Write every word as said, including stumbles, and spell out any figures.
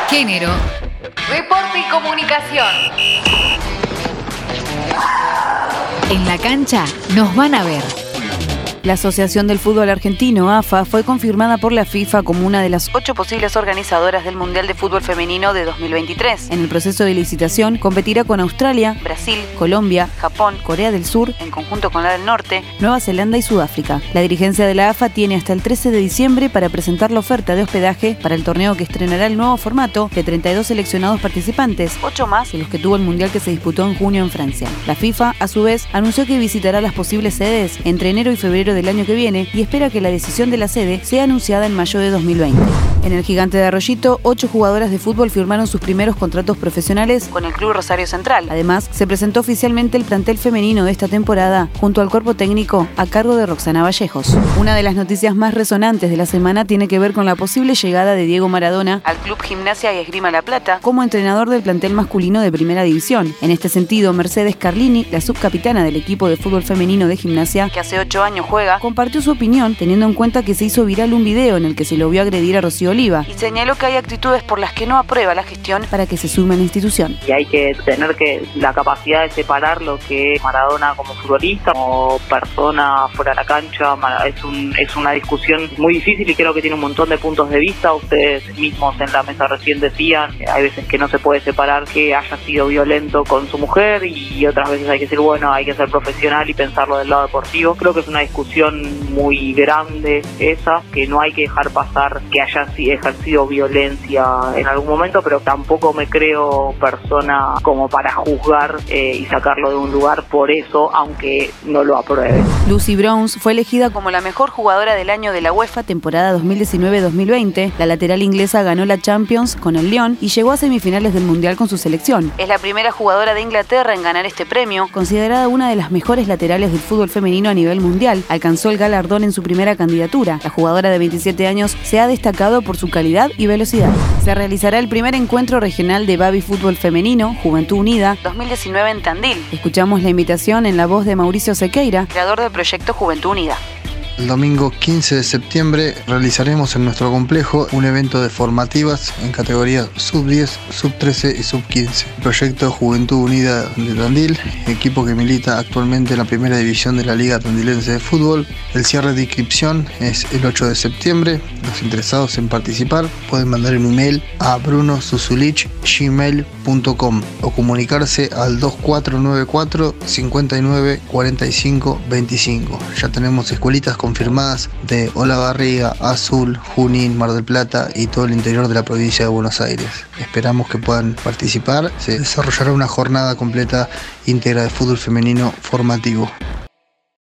Género, deporte y comunicación. En la cancha nos van a ver. La Asociación del Fútbol Argentino, A F A, fue confirmada por la FIFA como una de las ocho posibles organizadoras del Mundial de Fútbol Femenino de dos mil veintitrés. En el proceso de licitación competirá con Australia, Brasil, Colombia, Japón, Corea del Sur, en conjunto con la del Norte, Nueva Zelanda y Sudáfrica. La dirigencia de la A F A tiene hasta el trece de diciembre para presentar la oferta de hospedaje para el torneo que estrenará el nuevo formato de treinta y dos seleccionados participantes, ocho más que los que tuvo el Mundial que se disputó en junio en Francia. La FIFA, a su vez, anunció que visitará las posibles sedes entre enero y febrero del año que viene y espera que la decisión de la sede sea anunciada en mayo de dos mil veinte. En el Gigante de Arroyito, ocho jugadoras de fútbol firmaron sus primeros contratos profesionales con el Club Rosario Central. Además, se presentó oficialmente el plantel femenino de esta temporada junto al cuerpo técnico a cargo de Roxana Vallejos. Una de las noticias más resonantes de la semana tiene que ver con la posible llegada de Diego Maradona al Club Gimnasia y Esgrima La Plata como entrenador del plantel masculino de Primera División. En este sentido, Mercedes Carlini, la subcapitana del equipo de fútbol femenino de Gimnasia, que hace ocho años juega, compartió su opinión teniendo en cuenta que se hizo viral un video en el que se lo vio agredir a Rocío Oliva y señaló que hay actitudes por las que no aprueba la gestión para que se sume a la institución. Y hay que tener que la capacidad de separar lo que es Maradona como futbolista, como persona fuera de la cancha. Es, un, es una discusión muy difícil y creo que tiene un montón de puntos de vista. Ustedes mismos en la mesa recién decían, hay veces que no se puede separar que haya sido violento con su mujer y otras veces hay que decir, bueno, hay que ser profesional y pensarlo del lado deportivo. Creo que es una discusión muy grande esa, que no hay que dejar pasar que haya ejercido violencia en algún momento, pero tampoco me creo persona como para juzgar eh, y sacarlo de un lugar por eso, aunque no lo apruebe. Lucy Bronze fue elegida como la mejor jugadora del año de la UEFA temporada dos mil diecinueve dos mil veinte. La lateral inglesa ganó la Champions con el Lyon y llegó a semifinales del Mundial con su selección. Es la primera jugadora de Inglaterra en ganar este premio, considerada una de las mejores laterales del fútbol femenino a nivel mundial. Alcanzó el galardón en su primera candidatura. La jugadora de veintisiete años se ha destacado por su calidad y velocidad. Se realizará el primer encuentro regional de Baby Fútbol Femenino, Juventud Unida, dos mil diecinueve en Tandil. Escuchamos la invitación en la voz de Mauricio Sequeira, creador del proyecto Juventud Unida. El domingo quince de septiembre realizaremos en nuestro complejo un evento de formativas en categorías sub diez, sub trece y sub quince. El proyecto Juventud Unida de Tandil, equipo que milita actualmente en la primera división de la Liga Tandilense de Fútbol. El cierre de inscripción es el ocho de septiembre. Los interesados en participar pueden mandar un email a bruno suzulich arroba gmail punto com o comunicarse al dos cuatro nueve cuatro, cinco nueve cuatro cinco dos cinco. Ya tenemos escuelitas con confirmadas de Olavarría, Azul, Junín, Mar del Plata y todo el interior de la provincia de Buenos Aires. Esperamos que puedan participar. Se desarrollará una jornada completa íntegra de fútbol femenino formativo.